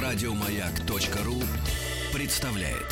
Радиомаяк.ру представляет.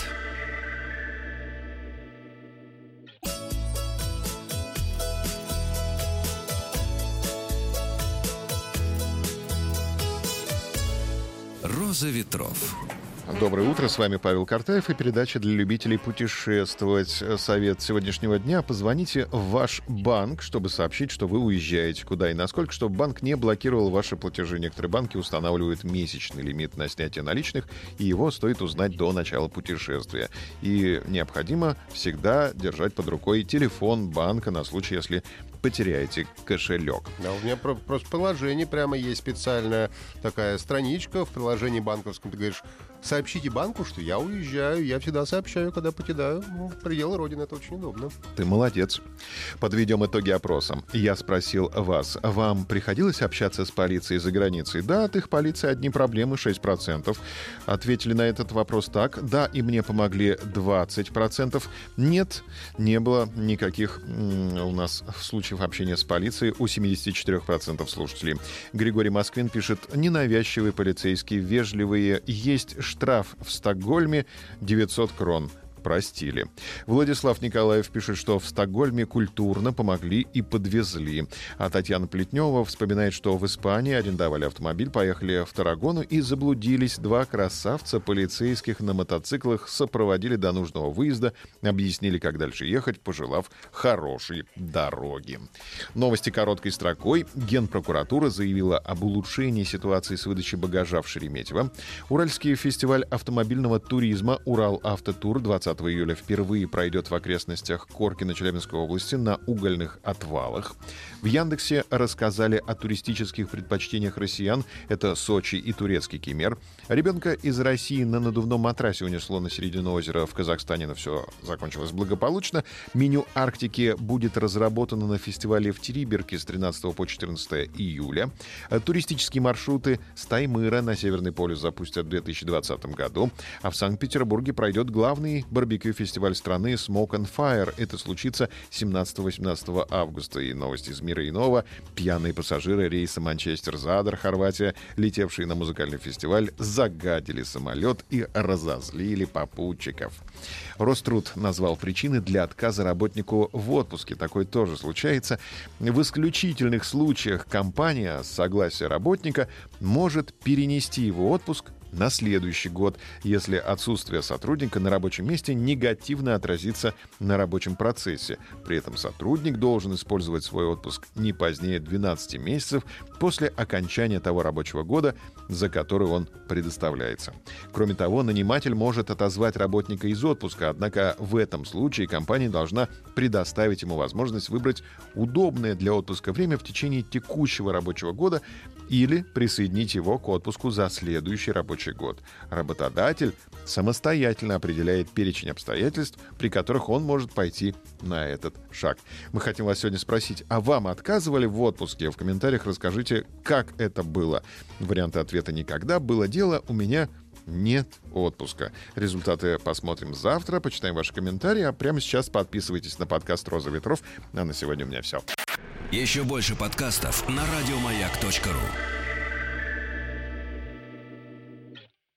«Роза ветров». Доброе утро, с вами Павел Картаев и передача для любителей путешествовать. Совет сегодняшнего дня: позвоните в ваш банк, чтобы сообщить, что вы уезжаете, куда и насколько, чтобы банк не блокировал ваши платежи. Некоторые банки устанавливают месячный лимит на снятие наличных, и его стоит узнать до начала путешествия. И необходимо всегда держать под рукой телефон банка на случай, если потеряете кошелек. Да, у меня просто в приложении прямо есть специальная такая страничка в приложении банковском. Ты говоришь: сообщите банку, что я уезжаю. Я всегда сообщаю, когда покидаю пределы Родины. Это очень удобно. Ты молодец. Подведем итоги опроса. Я спросил вас: вам приходилось общаться с полицией за границей? Да, от их полиции одни проблемы, 6%. Ответили на этот вопрос так: да, и мне помогли 20%. Нет, не было никаких у нас случаев общения с полицией у 74% слушателей. Григорий Москвин пишет: ненавязчивые полицейские, вежливые. Есть штраф в Стокгольме 900 крон. Простили. Владислав Николаев пишет, что в Стокгольме культурно помогли и подвезли. А Татьяна Плетнева вспоминает, что в Испании арендовали автомобиль, поехали в Таррагону и заблудились. Два красавца полицейских на мотоциклах сопроводили до нужного выезда, объяснили, как дальше ехать, пожелав хорошей дороги. Новости короткой строкой. Генпрокуратура заявила об улучшении ситуации с выдачей багажа в Шереметьево. Уральский фестиваль автомобильного туризма «Урал-Автотур» 20 июля впервые пройдет в окрестностях Коркино Челябинской области на угольных отвалах. В Яндексе рассказали о туристических предпочтениях россиян. Это Сочи и турецкий Кемер. Ребенка из России на надувном матрасе унесло на середину озера в Казахстане, но все закончилось благополучно. Меню Арктики будет разработано на фестивале в Териберке с 13 по 14 июля. Туристические маршруты с Таймыра на Северный полюс запустят в 2020 году. А в Санкт-Петербурге пройдет главный барбекю-фестиваль страны Smoke and Fire. Это случится 17-18 августа. И новости из мира иного. Пьяные пассажиры рейса Манчестер-Задр, Хорватия, летевшие на музыкальный фестиваль, загадили самолет и разозлили попутчиков. Роструд назвал причины для отказа работнику в отпуске. Такое тоже случается. В исключительных случаях компания с согласия работника может перенести его отпуск на следующий год, если отсутствие сотрудника на рабочем месте негативно отразится на рабочем процессе. При этом сотрудник должен использовать свой отпуск не позднее 12 месяцев после окончания того рабочего года, за который он предоставляется. Кроме того, наниматель может отозвать работника из отпуска, однако в этом случае компания должна предоставить ему возможность выбрать удобное для отпуска время в течение текущего рабочего года или присоединить его к отпуску за следующий рабочий год. Работодатель самостоятельно определяет перечень обстоятельств, при которых он может пойти на этот шаг. Мы хотим вас сегодня спросить: а вам отказывали в отпуске? В комментариях расскажите, как это было. Варианты ответа: никогда. Было дело, у меня нет отпуска. Результаты посмотрим завтра, почитаем ваши комментарии, а прямо сейчас подписывайтесь на подкаст «Роза ветров». А на сегодня у меня все. Еще больше подкастов на радиомаяк.ру.